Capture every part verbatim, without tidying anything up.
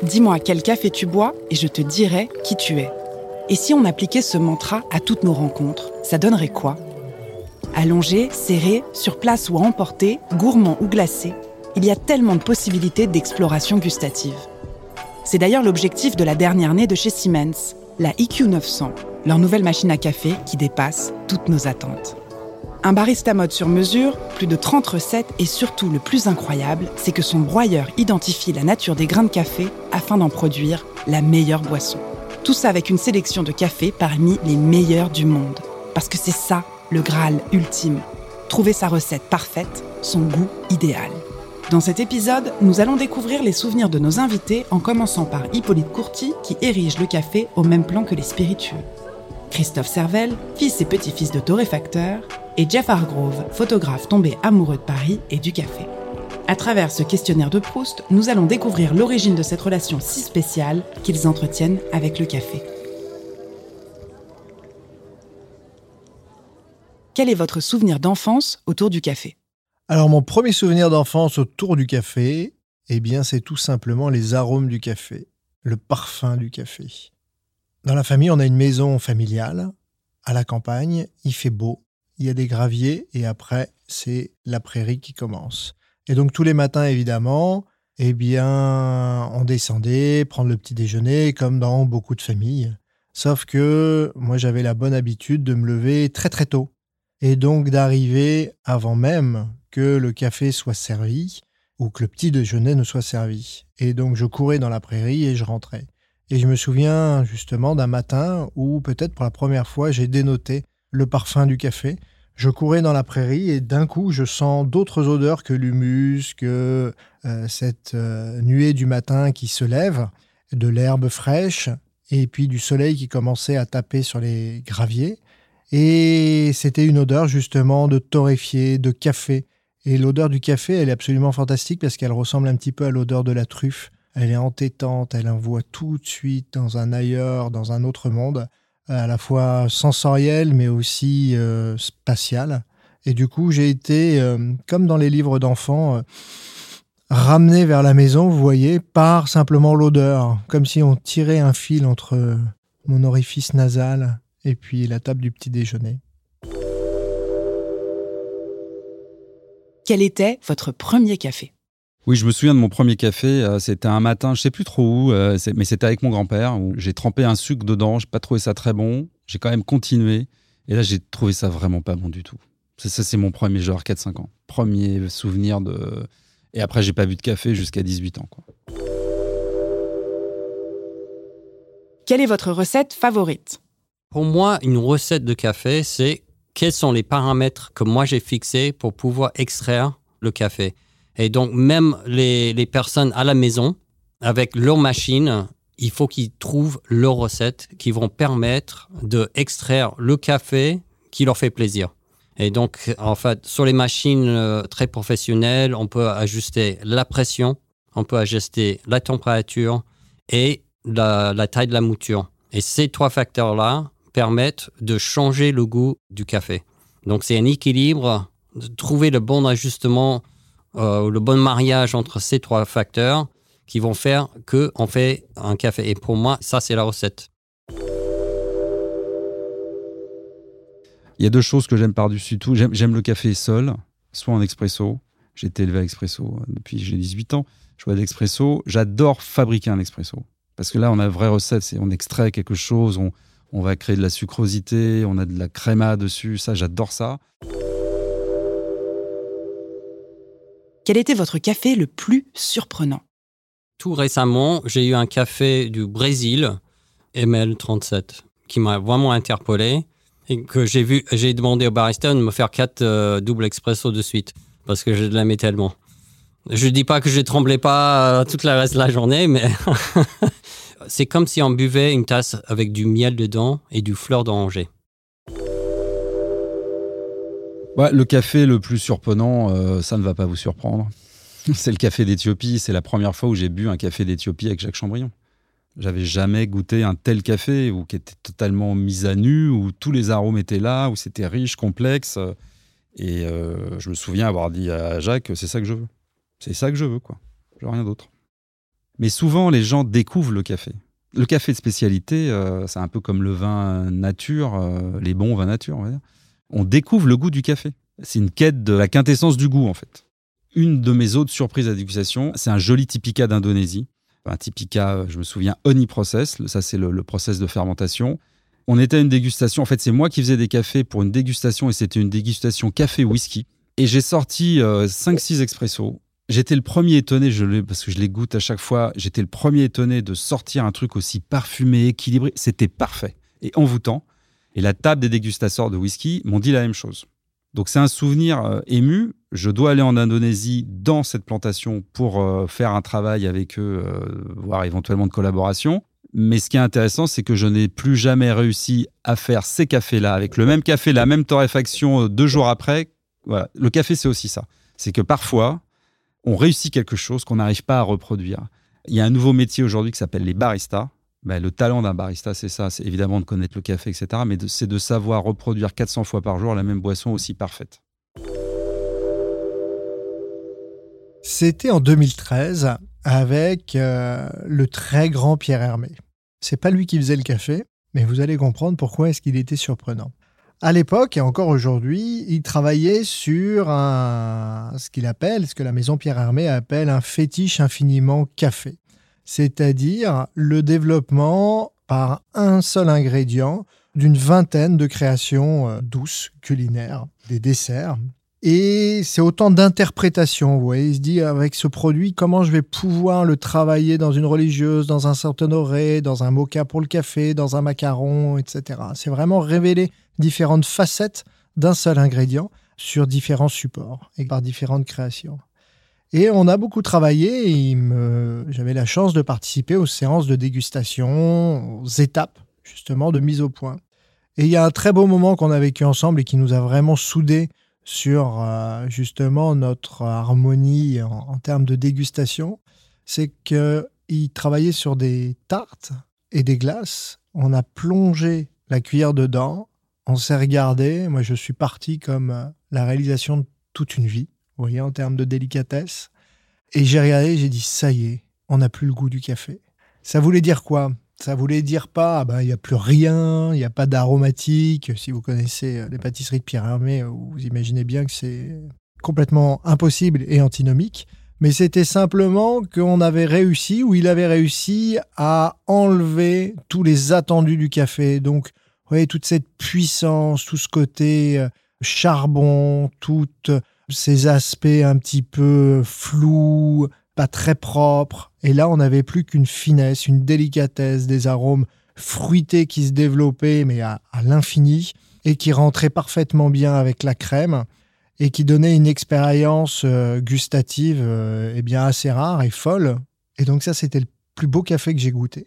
Dis-moi quel café tu bois et je te dirai qui tu es. Et si on appliquait ce mantra à toutes nos rencontres, ça donnerait quoi ? Allongé, serré, sur place ou à emporter, gourmand ou glacé, il y a tellement de possibilités d'exploration gustative. C'est d'ailleurs l'objectif de la dernière née de chez Siemens, la I Q neuf cents, leur nouvelle machine à café qui dépasse toutes nos attentes. Un barista mode sur mesure, plus de trente recettes et surtout le plus incroyable, c'est que son broyeur identifie la nature des grains de café afin d'en produire la meilleure boisson. Tout ça avec une sélection de cafés parmi les meilleurs du monde. Parce que c'est ça, le Graal ultime. Trouver sa recette parfaite, son goût idéal. Dans cet épisode, nous allons découvrir les souvenirs de nos invités en commençant par Hippolyte Courty qui érige le café au même plan que les spiritueux. Christophe Servel, fils et petit-fils de torréfacteurs, et Jeff Hargrove, photographe tombé amoureux de Paris et du café. À travers ce questionnaire de Proust, nous allons découvrir l'origine de cette relation si spéciale qu'ils entretiennent avec le café. Quel est votre souvenir d'enfance autour du café ? Alors, mon premier souvenir d'enfance autour du café, eh bien, c'est tout simplement les arômes du café, le parfum du café. Dans la famille, on a une maison familiale, à la campagne, il fait beau, il y a des graviers et après, c'est la prairie qui commence. Et donc, tous les matins, évidemment, eh bien, on descendait prendre le petit déjeuner comme dans beaucoup de familles. Sauf que moi, j'avais la bonne habitude de me lever très très tôt et donc d'arriver avant même que le café soit servi ou que le petit déjeuner ne soit servi. Et donc, je courais dans la prairie et je rentrais. Et je me souviens justement d'un matin où peut-être pour la première fois, j'ai dénoté le parfum du café. Je courais dans la prairie et d'un coup, je sens d'autres odeurs que l'humus, que euh, cette euh, nuée du matin qui se lève, de l'herbe fraîche et puis du soleil qui commençait à taper sur les graviers. Et c'était une odeur justement de torréfié, de café. Et l'odeur du café, elle est absolument fantastique parce qu'elle ressemble un petit peu à l'odeur de la truffe. Elle est entêtante, elle envoie tout de suite dans un ailleurs, dans un autre monde, à la fois sensoriel mais aussi euh, spatial. Et du coup, j'ai été, euh, comme dans les livres d'enfants, euh, ramené vers la maison, vous voyez, par simplement l'odeur. Comme si on tirait un fil entre mon orifice nasal et puis la table du petit déjeuner. Quel était votre premier café ? Oui, je me souviens de mon premier café. Euh, c'était un matin, je ne sais plus trop où, euh, c'est, mais c'était avec mon grand-père. Où j'ai trempé un sucre dedans. Je n'ai pas trouvé ça très bon. J'ai quand même continué. Et là, j'ai trouvé ça vraiment pas bon du tout. Ça, ça c'est mon premier, genre quatre cinq ans. Premier souvenir de... Et après, je n'ai pas bu de café jusqu'à dix-huit ans, quoi. Quelle est votre recette favorite ? Pour moi, une recette de café, c'est quels sont les paramètres que moi j'ai fixés pour pouvoir extraire le café. Et donc, même les, les personnes à la maison, avec leur machine, il faut qu'ils trouvent leurs recettes qui vont permettre d'extraire le café qui leur fait plaisir. Et donc, en fait, sur les machines euh, très professionnelles, on peut ajuster la pression, on peut ajuster la température et la, la taille de la mouture. Et ces trois facteurs-là permettent de changer le goût du café. Donc, c'est un équilibre, de trouver le bon ajustement, euh, le bon mariage entre ces trois facteurs qui vont faire qu'on fait un café. Et pour moi, ça, c'est la recette. Il y a deux choses que j'aime par-dessus tout. J'aime, j'aime le café seul, soit en expresso. J'ai été élevé à l'expresso depuis que j'ai dix-huit ans. Je bois de l'expresso. J'adore fabriquer un expresso. Parce que là, on a une vraie recette. C'est, on extrait quelque chose, on, on va créer de la sucrosité, on a de la créma dessus. Ça, j'adore ça. Quel était votre café le plus surprenant ? Tout récemment, j'ai eu un café du Brésil, M L trente-sept, qui m'a vraiment interpellé. Et que j'ai vu, j'ai demandé au barista de me faire quatre euh, double expresso de suite parce que je l'aimais tellement. Je dis pas que je tremblais pas euh, toute la reste de la journée, mais c'est comme si on buvait une tasse avec du miel dedans et du fleur d'oranger. Ouais, le café le plus surprenant, euh, ça ne va pas vous surprendre. C'est le café d'Éthiopie. C'est la première fois où j'ai bu un café d'Éthiopie avec Jacques Chambrion. J'avais jamais goûté un tel café où qui était totalement mis à nu, où tous les arômes étaient là, où c'était riche, complexe. Et euh, je me souviens avoir dit à Jacques, c'est ça que je veux. C'est ça que je veux, quoi. Je veux rien d'autre. Mais souvent, les gens découvrent le café. Le café de spécialité, euh, c'est un peu comme le vin nature, euh, les bons vins nature, on va dire. On découvre le goût du café. C'est une quête de la quintessence du goût, en fait. Une de mes autres surprises à dégustation, c'est un joli Typica d'Indonésie. Un Typica, je me souviens, honey process. Ça, c'est le, le process de fermentation. On était à une dégustation. En fait, c'est moi qui faisais des cafés pour une dégustation et c'était une dégustation café-whisky. Et j'ai sorti euh, cinq six expressos. J'étais le premier étonné, je l'ai, parce que je les goûte à chaque fois, j'étais le premier étonné de sortir un truc aussi parfumé, équilibré. C'était parfait et envoûtant. Et la table des dégustateurs de whisky m'ont dit la même chose. Donc c'est un souvenir euh, ému. Je dois aller en Indonésie dans cette plantation pour euh, faire un travail avec eux, euh, voire éventuellement de collaboration. Mais ce qui est intéressant, c'est que je n'ai plus jamais réussi à faire ces cafés-là avec le même café, la même torréfaction euh, deux jours après. Voilà. Le café, c'est aussi ça. C'est que parfois, on réussit quelque chose qu'on n'arrive pas à reproduire. Il y a un nouveau métier aujourd'hui qui s'appelle les baristas. Ben, le talent d'un barista, c'est ça. C'est évidemment de connaître le café, et cetera. Mais de, c'est de savoir reproduire quatre cents fois par jour la même boisson aussi parfaite. C'était en deux mille treize avec euh, le très grand Pierre Hermé. C'est pas lui qui faisait le café, mais vous allez comprendre pourquoi est-ce qu'il était surprenant. À l'époque, et encore aujourd'hui, il travaillait sur un, ce qu'il appelle, ce que la maison Pierre Hermé appelle un fétiche infiniment café. C'est-à-dire le développement par un seul ingrédient d'une vingtaine de créations euh, douces, culinaires, des desserts. Et c'est autant d'interprétations, vous voyez. Il se dit, avec ce produit, comment je vais pouvoir le travailler dans une religieuse, dans un Saint-Honoré, dans un moka pour le café, dans un macaron, et cetera. C'est vraiment révéler différentes facettes d'un seul ingrédient sur différents supports et par différentes créations. Et on a beaucoup travaillé. Et il me... J'avais la chance de participer aux séances de dégustation, aux étapes, justement, de mise au point. Et il y a un très beau moment qu'on a vécu ensemble et qui nous a vraiment soudés sur euh, justement notre harmonie en, en termes de dégustation, c'est qu'il travaillait sur des tartes et des glaces. On a plongé la cuillère dedans, on s'est regardé. Moi, je suis parti comme euh, la réalisation de toute une vie, vous voyez, en termes de délicatesse. Et j'ai regardé, j'ai dit, ça y est, on n'a plus le goût du café. Ça voulait dire quoi ? Ça voulait dire pas, il ben, n'y a plus rien, il n'y a pas d'aromatique. Si vous connaissez les pâtisseries de Pierre Hermé, vous imaginez bien que c'est complètement impossible et antinomique. Mais c'était simplement qu'on avait réussi, ou il avait réussi à enlever tous les attendus du café. Donc, vous voyez, toute cette puissance, tout ce côté charbon, tous ces aspects un petit peu flous, pas très propre. Et là, on n'avait plus qu'une finesse, une délicatesse, des arômes fruités qui se développaient, mais à, à l'infini, et qui rentraient parfaitement bien avec la crème, et qui donnaient une expérience euh, gustative euh, eh bien assez rare et folle. Et donc ça, c'était le plus beau café que j'ai goûté.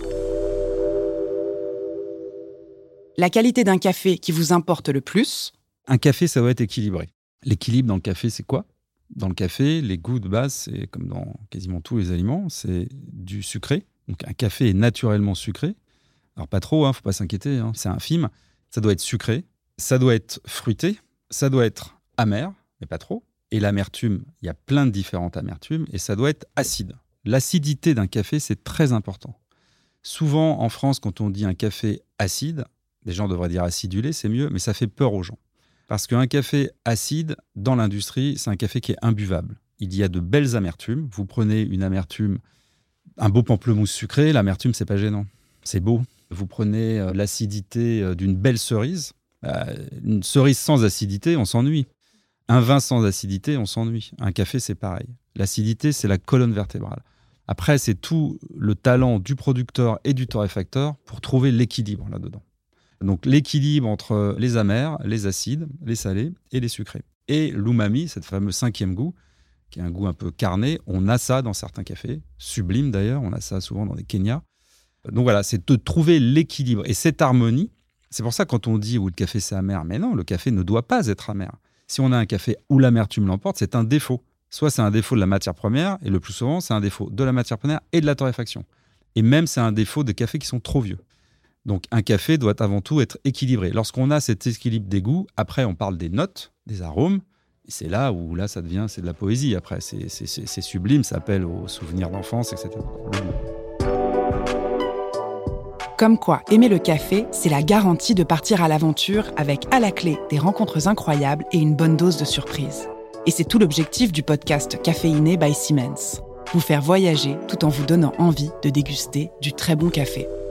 La qualité d'un café qui vous importe le plus ? Un café, ça doit être équilibré. L'équilibre dans le café, c'est quoi ? Dans le café, les goûts de base, c'est comme dans quasiment tous les aliments, c'est du sucré. Donc un café est naturellement sucré. Alors pas trop, hein, faut pas s'inquiéter, hein, c'est infime. Ça doit être sucré, ça doit être fruité, ça doit être amer, mais pas trop. Et l'amertume, il y a plein de différentes amertumes, et ça doit être acide. L'acidité d'un café, c'est très important. Souvent, en France, quand on dit un café acide, les gens devraient dire acidulé, c'est mieux, mais ça fait peur aux gens. Parce qu'un café acide, dans l'industrie, c'est un café qui est imbuvable. Il y a de belles amertumes. Vous prenez une amertume, un beau pamplemousse sucré, l'amertume, c'est pas gênant. C'est beau. Vous prenez euh, l'acidité euh, d'une belle cerise. Euh, une cerise sans acidité, on s'ennuie. Un vin sans acidité, on s'ennuie. Un café, c'est pareil. L'acidité, c'est la colonne vertébrale. Après, c'est tout le talent du producteur et du torréfacteur pour trouver l'équilibre là-dedans. Donc l'équilibre entre les amers, les acides, les salés et les sucrés. Et l'umami, cette fameuse cinquième goût, qui est un goût un peu carné, on a ça dans certains cafés, sublime d'ailleurs, on a ça souvent dans les Kenya. Donc voilà, c'est de trouver l'équilibre. Et cette harmonie, c'est pour ça quand on dit « oui, le café c'est amer », mais non, le café ne doit pas être amer. Si on a un café où l'amertume l'emporte, c'est un défaut. Soit c'est un défaut de la matière première, et le plus souvent, c'est un défaut de la matière première et de la torréfaction. Et même, c'est un défaut des cafés qui sont trop vieux. Donc, un café doit avant tout être équilibré. Lorsqu'on a cet équilibre des goûts, après, on parle des notes, des arômes, Et c'est là où là, ça devient, c'est de la poésie après. C'est, c'est, c'est, c'est sublime, ça appelle aux souvenirs d'enfance, et cetera. Comme quoi, aimer le café, c'est la garantie de partir à l'aventure avec à la clé des rencontres incroyables et une bonne dose de surprise. Et c'est tout l'objectif du podcast Caféiné by Siemens. Vous faire voyager tout en vous donnant envie de déguster du très bon café.